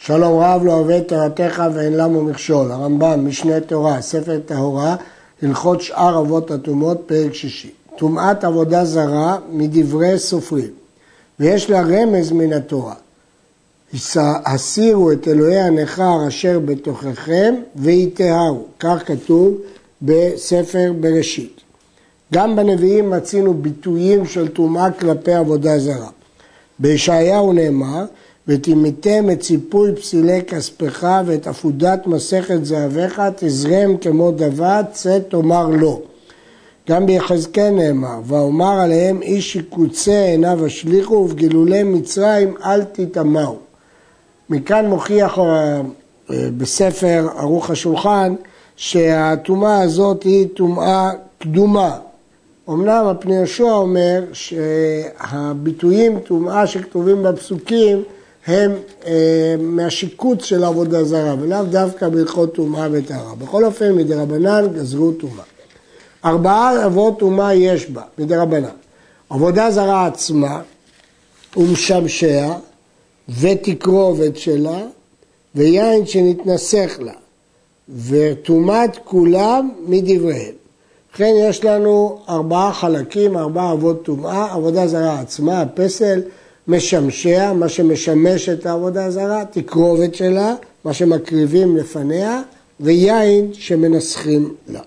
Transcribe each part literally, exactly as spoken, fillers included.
שלום רב לא אוהב תורתך ואין למו מכשול. הרמב"ם, משנה תורה, ספר טהרה, הלכות שאר אבות הטומאות, פרק שישי. טומאת עבודה זרה מדברי סופרים, ויש לה רמז מן התורה. הסירו את אלוהי הנכר אשר בתוככם ויטהרו, כך כתוב בספר בראשית. גם בנביאים מצינו ביטויים של טומאה כלפי עבודה זרה. בישעיהו נאמר, ותימיתם את ציפוי פסילי כספך ואת עפודת מסכת זהבך תזרם כמו דבד, צא תאמר לו. גם ביחזקאל נאמר, ואומר עליהם איש יקוצה עיניו השליחו ובגילולי מצרים אל תטמאו. מכאן מוכיח בספר ערוך השולחן שהטומאה הזאת היא טומאה קדומה. אמנם הפני יהושע אומר שהביטויים טומאה שכתובים בפסוקים הם אה, מהשיקוץ של עבודה זרה, ולאו דווקא בהלכות טומאה וטהרה. בכל אופן, מדרבנן גזרו טומאה. ארבעה אבות טומאה יש בה, מדרבנן. עבודה זרה עצמה, ומשמשיה, ותקרובת שלה, ויין שנתנסך לה, וטומאת כולם מדבריהם. לכן יש לנו ארבעה חלקים, ארבעה אבות טומאה, עבודה זרה עצמה, הפסל, משמשיה, מה שמשמש את העבודה הזרה, תקרובת שלה, מה שמקריבים לפניה, ויין שמנסחים לה.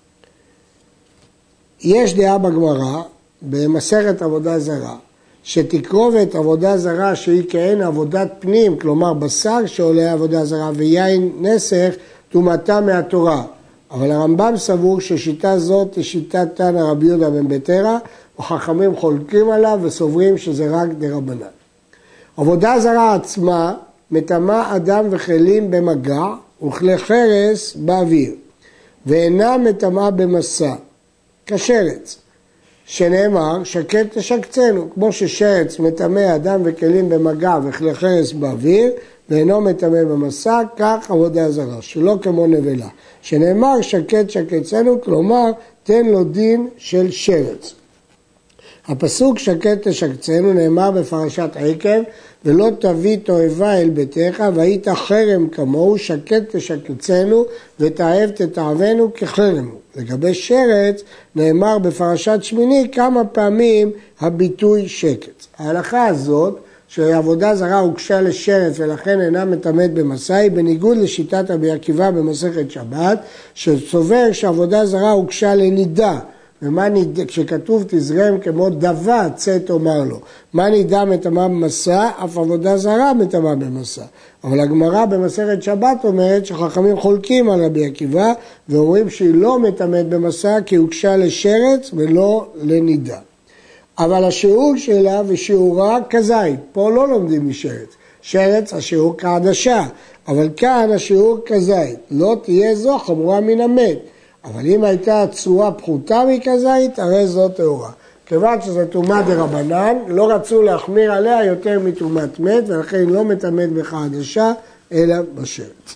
יש דעה בגמרא, במסכת עבודה זרה, שתקרובת עבודה זרה שהיא כהן עבודת פנים, כלומר בשר שעולה עבודה זרה, ויין נסך, טומאתה מהתורה. אבל הרמב"ם סבור ששיטה זאת היא שיטת תנא רבי יהודה בן ביתרא, וחכמים חולקים עליו וסוברים שזה רק דרבנן. עבודה זרה עצמה מטמאה אדם וכלים במגע וכלי חרס באוויר, ואינה מטמאה במסע, כשרץ, שנאמר שקט תשקצנו, כמו ששרץ מטמא אדם וכלים במגע וכלי חרס באוויר, ואינו מטמא במסע, כך עבודה זרה, שלא כמו נבלה, שנאמר שקט שקצנו, כלומר תן לו דין של שרץ. הפסוק שקט תשקצנו נאמר בפרשת עקב, ולא תביא תועבה אל ביתך, והיית חרם כמוהו, שקט תשקצנו, ותאהב תתאהבנו כחרם. לגבי שרץ נאמר בפרשת שמיני כמה פעמים הביטוי שקץ. ההלכה הזאת, שעבודה זרה הוגשה לשרץ ולכן אינה מטמאת במסע, היא בניגוד לשיטת רבי עקיבא במסכת שבת, שסובר שעבודה זרה הוגשה לנידה. ומה נידה, כשכתוב תזרם כמו דבד, צא תאמר לו. מה נידה מטמאה במסע? אף עבודה זרה מטמאה במסע. אבל הגמרא במסכת שבת אומרת שחכמים חולקים על רבי עקיבא, ואומרים שהיא לא מטמאת במסע כי הוגשה לשרץ ולא לנידה. אבל השיעור שלה ושיעורה כזית, פה לא לומדים משרץ. שרץ השיעור כעדשה, אבל כאן השיעור כזית. לא תהיה זו חמורה מן המת. אבל אם הייתה צורה פחותה מכזית, הרי זו טהורה. כיוון שזו טומאה דרבנן, לא רצו להחמיר עליה יותר מטומאת מת, ולכן לא מטמאת בכעדשה, אלא בשרץ.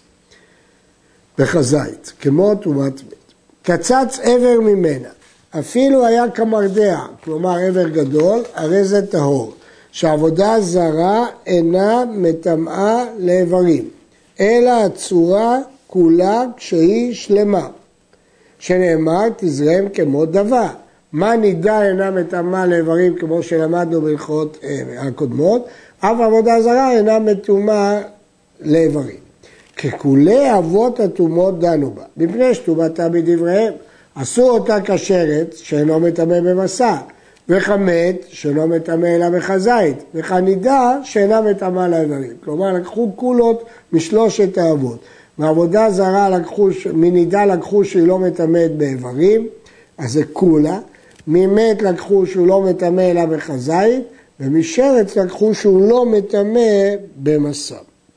בכזית, כמו טומאת מת. קצץ עבר ממנה. אפילו היה כמרדע, כלומר עבר גדול, הרי זה טהור, שעבודה זרה אינה מטמאה לאיברים, אלא הצורה כולה כשהיא שלמה, שנאמר תזרם כמו דבה. מה נידה אינה מטמאה לאיברים כמו שלמדנו בהלכות הקודמות, אף עבודה זרה אינה מטומאה לאיברים. ככולי אבות הטומאות דנו בה, מפני שטומאתה בדבריהם. עשו אותה כשרץ שאינו מטמא במסע, וחמת שאינו מטמא אלא בכזית, וכנידה שאינה מטמאה לאיברים. כלומר לקחו כולות משלושת האבות. מעבודה זרה לקחו, מנידה לקחו שהיא לא מטמאת באיברים, אז זה כולה. ממת לקחו שהוא לא מטמא אלא בכזית, ומשרץ לקחו שהוא לא מטמא במסע.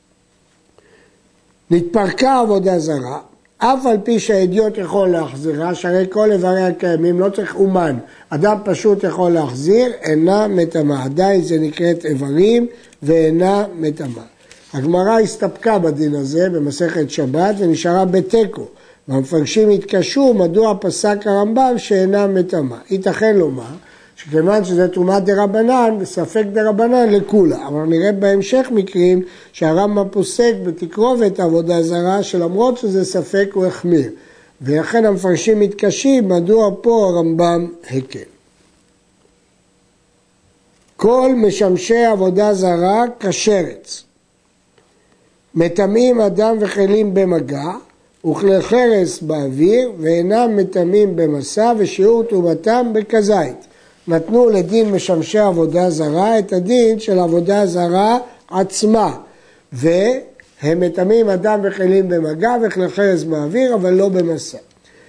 נתפרקה עבודה זרה, אף על פי שהאדיוט יכול להחזירה, שהרי כל איברי הקיימים לא צריך אומן, אדם פשוט יכול להחזיר, אינה מטמאה. עדיין זה נקראת איברים ואינה מטמאה. הגמרא הסתפקה בדין הזה במסכת שבת ונשארה בתיקו. והמפרשים התקשו מדוע פסק הרמב"ם שאינה מטמאה. ייתכן לומר שכיוון שזה תרומת דרבנן, בספק דרבנן לכולה. אבל נראה בהמשך מקרים שהרמב"ם פוסק בתקרובת עבודה זרה, שלמרות שזה ספק הוא החמיר. ולכן המפרשים מתקשים, מדוע פה הרמב"ם הקל. כל משמשי עבודה זרה כשרץ. מטמאים אדם וכלים במגע, וכלי חרס באוויר, ואינם מטמאים במסע, ושיעור תרומתם בכזית. נתנו לדין משמשי עבודה זרה את הדין של עבודה זרה עצמה, והם מטמאים אדם וכלים במגע, וכלי חרס באוויר, אבל לא במסע.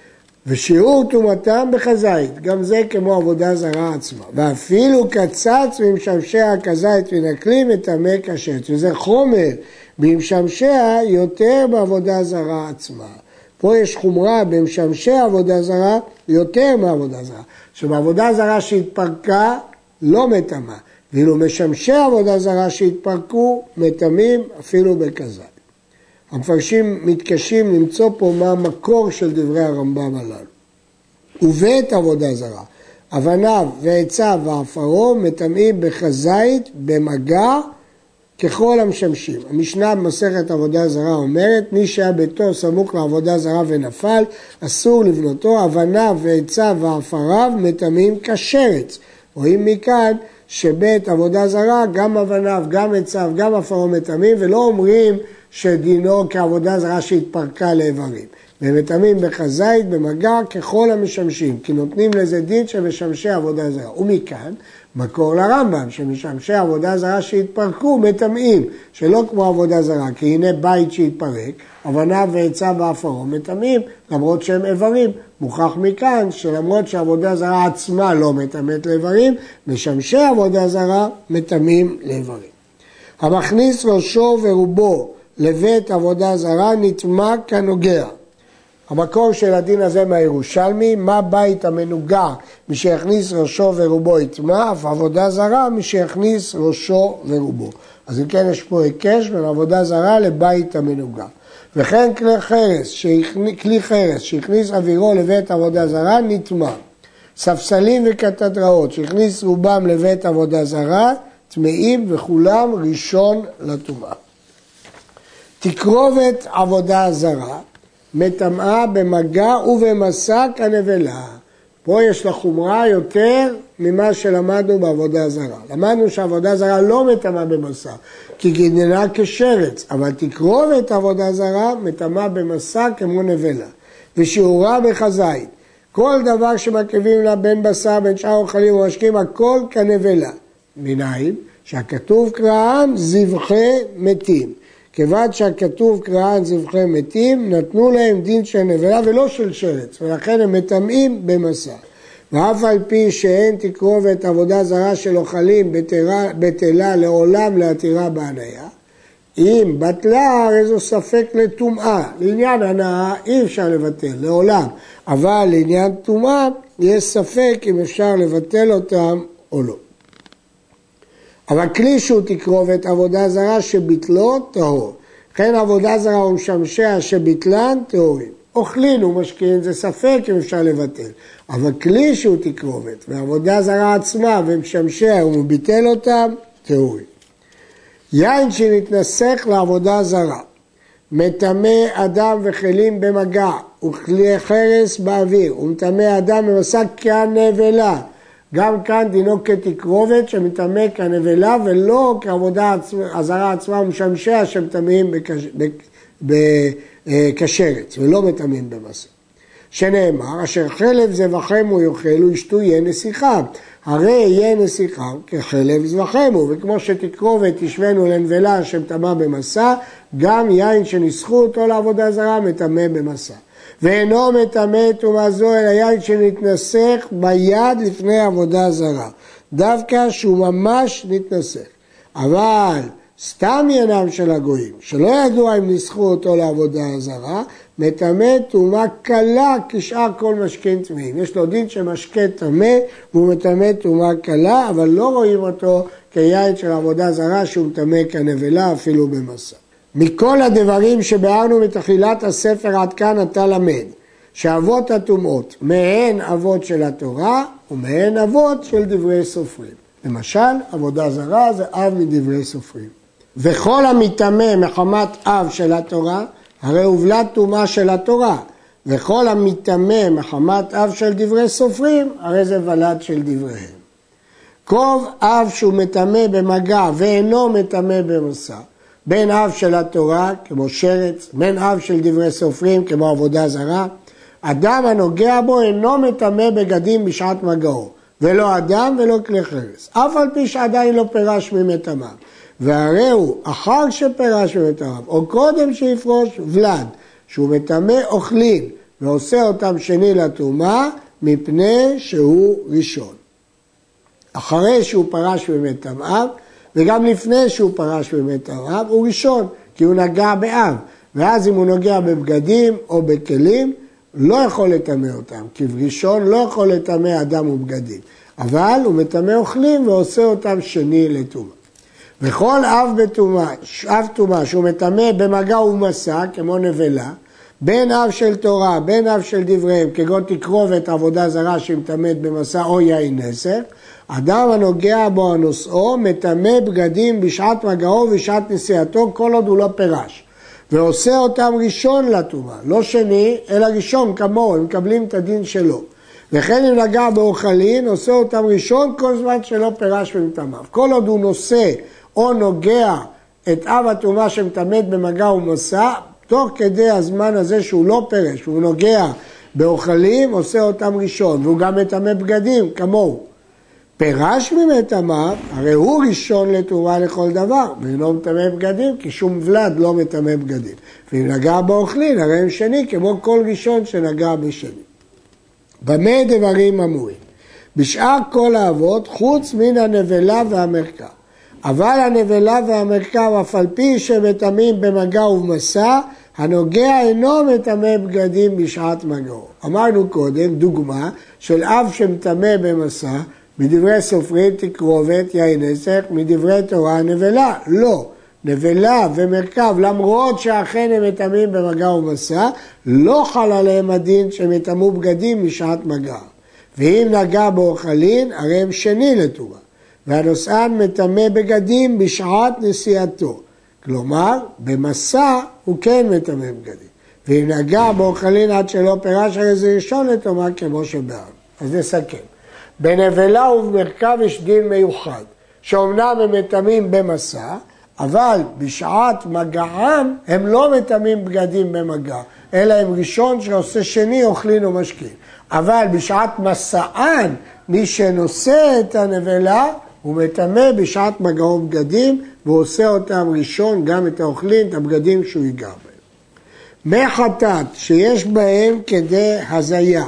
ושיעור תרומתם בכזית, גם זה כמו עבודה זרה עצמה. ואפילו קצץ ממשמשיה הכזית ונקלי מטמא כשרץ, וזה חומר במשמשיה יותר בעבודה זרה עצמה. פה יש חומרה במשמשי עבודה זרה יותר מעבודה זרה. שבעבודה זרה שהתפרקה לא מטמא, ואילו משמשי עבודה זרה שהתפרקו מטמאים אפילו בכזית. המפרשים מתקשים למצוא פה מה המקור של דברי הרמב"ם הללו. ובית עבודה זרה, אבניו ועציו ועפרו מטמאים בכזית במגע ככל המשמשים. המשנה במסכת עבודה זרה אומרת, מי שהיה ביתו סמוך לעבודה זרה ונפל, אסור לבנותו, אבניו ועציו ועפריו מטמאים כשרץ. רואים מכאן שבית עבודה זרה, גם אבניו, גם עציו, גם עפרו מטמאים, ולא אומרים שדינו כעבודה זרה שהתפרקה לאיברים. והם מטמאים בכזית במגע ככל המשמשים, כי נותנים לזה דין שמשמשי עבודה זרה. ומכאן מקור לרמב"ם, שמשמשי עבודה זרה שהתפרקו מטמאים, שלא כמו עבודה זרה, כי הנה בית שהתפרק, אבניו ועציו ועפרו מטמאים, למרות שהם איברים. מוכח מכאן שלמרות שעבודה זרה עצמה לא מטמאת לאיברים, משמשי עבודה זרה מטמאים לאיברים. המכניס ראשו ורובו לבית עבודה זרה נטמא כנוגע. המקור של הדין הזה מהירושלמי, מה בית המנוגע מי שיכניס ראשו ורובו יטמא, אף עבודה זרה מי שיכניס ראשו ורובו. אז אם כן יש פה היקש בין עבודה זרה לבית המנוגע. וכן כלי חרס, כלי חרס שהכניס אווירו לבית עבודה זרה נטמא. ספסלים וקתדראות שהכניס רובם לבית עבודה זרה, טמאים וכולם ראשון לטומאה. תקרובת עבודה זרה, מטמאה במגע ובמסע כנבלה. פה יש לה חומרה יותר ממה שלמדנו בעבודה זרה. למדנו שעבודה זרה לא מטמאה במסע, כי גדנה כשרץ, אבל תקרובת עבודה זרה מטמאה במסע כמו נבלה. ושיעורה בכזית. כל דבר שמקריבים לה בין בשר, בין שאר אוכלים ומשקים, הכל כנבלה. מנין? שהכתוב קראן זבחי מתים. כיוון שהכתוב קראן זבחי מתים, נתנו להם דין של נבלה ולא של שרץ, ולכן הם מטמאים במסע. ואף על פי שאין תקרובת עבודה זרה של אוכלים בטלה לעולם להתירה בהניה, אם בטלה הרי זו ספק לטומאה. לעניין הנאה אי אפשר לבטל, לעולם. אבל לעניין טומאה יש ספק אם אפשר לבטל אותם או לא. אבל כלי שהוא תקרובת עבודה זרה שביטלו טהור. כן עבודה זרה ומשמשיה שביטלן טהורים. אוכלין ומשקין זה ספק אם אפשר לבטל. אבל כלי שהוא תקרובת ועבודה זרה עצמה ומשמשיה ומביטל אותם טהורים. יין שנתנסך לעבודה זרה. מטמא אדם וכלים במגע וכלי חרס באוויר ומטמא אדם במסע כנבלה. גם כאן דינו כתקרובת שמטמא כנבלה ולא כעבודה הזרה עצמה ומשמשיה שמטמאים בכשרץ ולא מטמאים במסע. שנאמר, אשר חלב זבחם הוא יאכל וישתו יהיה נסיכם. הרי יהיה נסיכם כחלב זבחם הוא, וכמו שתקרובת תשווינו לנבלה שמטמא במסע, גם יין שניסחו אותו לעבודה זרה מטמא במסע. ואינו מטמא טומאה זו אלא יין שנתנסך ביד לפני עבודה זרה, דווקא שהוא ממש נתנסך. אבל סתם ינם של הגויים, שלא ידוע אם ניסחו אותו לעבודה זרה, מטמא טומאה קלה כשאר כל משקין טמאים. יש לו דין שמשקה טמא והוא מטמא טומאה קלה, אבל לא רואים אותו כיין של עבודה זרה שהוא מטמא כנבלה אפילו במסע. מכל הדברים שביארנו מתחילת הספר עד כאן אתה למד, שאבות הטומאות, מהן אבות של התורה ומהן אבות של דברי סופרים. למשל, עבודה זרה זה אב מדברי סופרים. וכל המטמא מחמת אב של התורה, הרי הובלת טומאה של התורה. וכל המטמא מחמת אב של דברי סופרים, הרי זה ולד של דבריהם. קוב אב שהוא מטמא במגע ואינו מטמא במסע, בין אב של התורה כמו שרץ, בין אב של דברי סופרים כמו עבודה זרה, אדם הנוגע בו אינו מטמא בגדים בשעת מגעו, ולא אדם ולא כלי חרס, אף על פי שעדיין לא פירש ממטמאיו. והרי הוא אחר שפירש ממטמאיו, או קודם שיפרוש ולד, שהוא מטמא אוכלים, ועושה אותם שני לטומאה, מפני שהוא ראשון. אחרי שהוא פרש ממטמאיו, וגם לפני שהוא פרש ממטמאיו, הוא ראשון, כי הוא נגע באב. ואז אם הוא נוגע בבגדים או בכלים, לא יכול לטמא אותם, כי ראשון לא יכול לטמא אדם ובגדים. אבל הוא מטמא אוכלים ועושה אותם שני לטומאה. וכל אב בטומאה, אב טומאה שהוא מטמא במגע ומסע, כמו נבלה, בין אב של תורה, בין אב של דבריהם, כגון תקרובת עבודה זרה שמטמאת במסע או יין נסך, אדם הנוגע בו הנושאו, מטמא בגדים בשעת מגעו ובשעת נסיעתו, כל עוד הוא לא פירש. ועושה אותם ראשון לטומאה, לא שני, אלא ראשון כמוהו, הם מקבלים את הדין שלו. וכן אם נגע באוכלין, עושה אותם ראשון כל זמן שלא פירש ממטמאיו. כל עוד הוא נושא או נוגע את אב הטומאה שמטמאת במגע ומסע, תוך כדי הזמן הזה שהוא לא פירש, הוא נוגע באוכלים, עושה אותם ראשון, והוא גם מטמא בגדים כמוהו. פירש ממטמאיו, הרי הוא ראשון לטומאה לכל דבר, ואינו מטמא בגדים, כי שום ולד לא מטמא בגדים. ואם נגע באוכלין, הרי הם שני, כמו כל ראשון שנגע בשני. במה דברים אמורים? בשאר כל האבות, חוץ מן הנבלה והמרכב. אבל הנבלה והמרכב, אף על פי שמטמאים במגע ובמסע, הנוגע אינו מטמא בגדים בשעת מגעו. אמרנו קודם, דוגמה של אב שמטמא במסע, מדברי סופרים תקרובת יין נסך, מדברי תורה נבלה. לא, נבלה ומרכב, למרות שאכן הם מטמאים במגע ומסע, לא חל עליהם הדין שהם יטמאו בגדים משעת מגע. ואם נגע באוכלין, הרי הם שני לטומאה. והנושאן מטמא בגדים בשעת נסיעתו. כלומר, במסע הוא כן מטמא בגדים. ואם נגע באוכלין עד שלא פירש, הרי זה ראשון לטומאה כמו שבאר. אז נסכם. בנבלה ובמרכב יש דין מיוחד, שאומנם הם מטמאים במסע, אבל בשעת מגעם הם לא מטמאים בגדים במגע, אלא הם ראשון שעושה שני אוכלין ומשכין. אבל בשעת מסען, מי שנושא את הנבלה, הוא מטמא בשעת מגעו בגדים, והוא עושה אותם ראשון גם את האוכלין, את הבגדים שהוא ייגע בהם. מי חטאת שיש בהם כדי הזיה,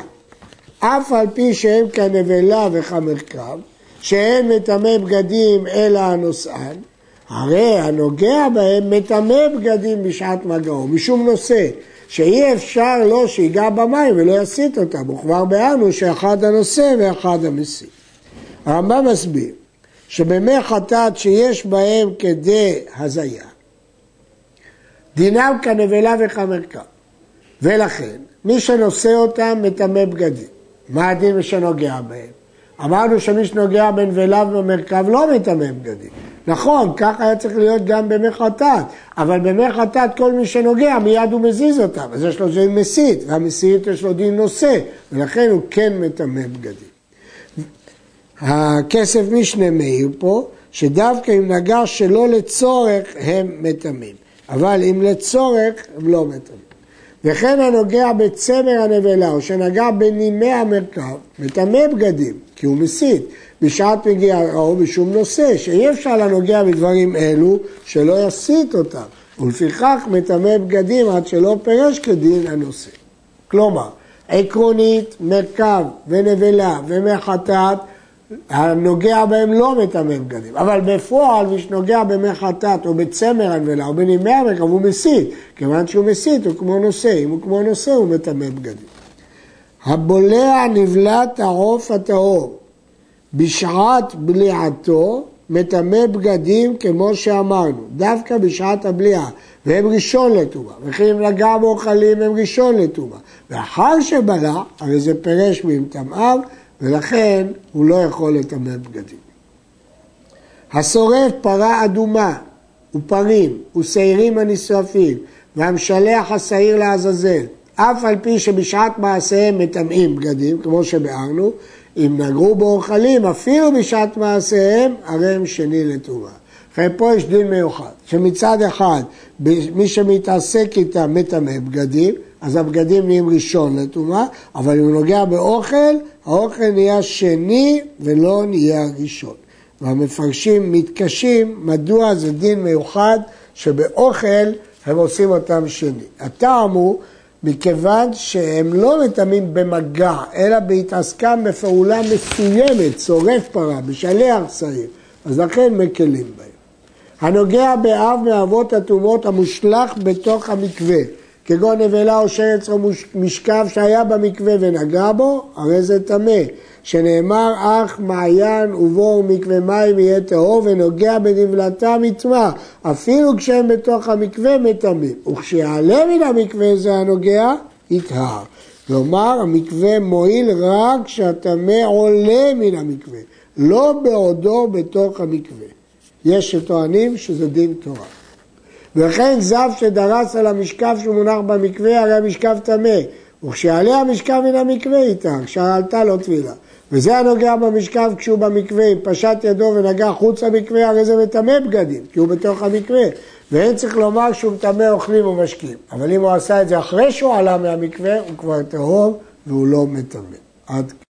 אף על פי שהם כנבלה וכמרכב, שהם מטמא בגדים אלא הנושאן, הרי הנוגע בהם מטמא בגדים בשעת מגעו, משום נושא, שאי אפשר לו שיגע במים ולא יסית אותם, וכבר באנו שאחד הנושא ואחד המסית. הרמב"ם מסביר, שבמי חטאת שיש בהם כדי הזיה, דינם כנבלה וכמרכב, ולכן מי שנושא אותם מטמא בגדים. מה הדין מי שנוגע בהם? אמרנו שמי שנוגע בנבלה ובמרכב לא מטמא בגדים. נכון, כך היה צריך להיות גם במי חטאת, אבל במי חטאת כל מי שנוגע מיד הוא מזיז אותם, אז יש לו דין מסית, והמסית יש לו דין נושא, ולכן הוא כן מטמא בגדים. הכסף משנה מאיר פה, שדווקא אם נגע שלא לצורך הם מטמאים, אבל אם לצורך הם לא מטמאים. וכן הנוגע בצמר הנבלה, או שנגע בנימי המרכב, מטמא בגדים, כי הוא מסית, בשעת מגיעה או בשום נושא, שאי אפשר לנוגע בדברים אלו שלא יסית אותם, ולפיכך מטמא בגדים עד שלא פירש כדין הנושא. כלומר, עקרונית, מרכב ונבלה ומחטאת, הנוגע בהם לא מטמא בגדים, אבל בפועל מי שנוגע במי חטאת או בצמר הנבלה או בנימי המרכב הוא מסית, כיוון שהוא מסית הוא כמו נושא, אם הוא כמו נושא הוא מטמא בגדים. הבולע נבלת העוף הטהור בשעת בליעתו מטמא בגדים כמו שאמרנו, דווקא בשעת הבליעה, והם ראשון לטומאה, וכי אם נגע באוכלים הם ראשון לטומאה, ואחר שבלע, הרי זה פרש ממטמאיו, ולכן הוא לא יכול לטמא בגדים. השורף פרה אדומה, ופרים, ושעירים הנשרפים, והמשלח השעיר לעזאזל, אף על פי שבשעת מעשיהם מטמאים בגדים, כמו שבארנו, אם נגעו באוכלים, אפילו בשעת מעשיהם, הרי הם שני לטומאה. אחרי פה יש דין מיוחד, שמצד אחד, מי שמתעסק איתם מטמא בגדים, אז הבגדים נהיים ראשון לטומאה, אבל אם הוא נוגע באוכל, האוכל נהיה שני ולא נהיה ראשון. והמפרשים מתקשים, מדוע זה דין מיוחד שבאוכל הם עושים אותם שני. הטעם הוא, מכיוון שהם לא מטמאים במגע, אלא בהתעסקם בפעולה מסוימת, שורף פרה, בשלח שעיר, אז לכן מקלים בהם. הנוגע באב מאבות הטומאות המושלך בתוך המקווה, כגון נבלה או שרץ או משכב שהיה במקווה ונגע בו, הרי זה טמא, שנאמר אך מעיין ובור מקווה מים יהיה טהור ונוגע בנבלתם יטמא, אפילו כשהם בתוך המקווה מטמאים, וכשיעלה מן המקווה זה הנוגע יטהר. כלומר המקווה מועיל רק כשהטמא עולה מן המקווה, לא בעודו בתוך המקווה. יש שטוענים שזה דין תורה. וכן זב שדרס על המשכב שמונח במקווה, הרי המשכב טמא, וכשיעלה המשכב מן המקווה איתה, כשעלתה לו טבילה. וזה הנוגע במשכב כשהוא במקווה, אם פשט ידו ונגע חוץ המקווה, הרי זה מטמא בגדים, כי הוא בתוך המקווה. ואין צריך לומר שהוא מטמא אוכלים ומשקים. אבל אם הוא עשה את זה אחרי שהוא עלה מהמקווה, הוא כבר טהור והוא לא מטמא. עד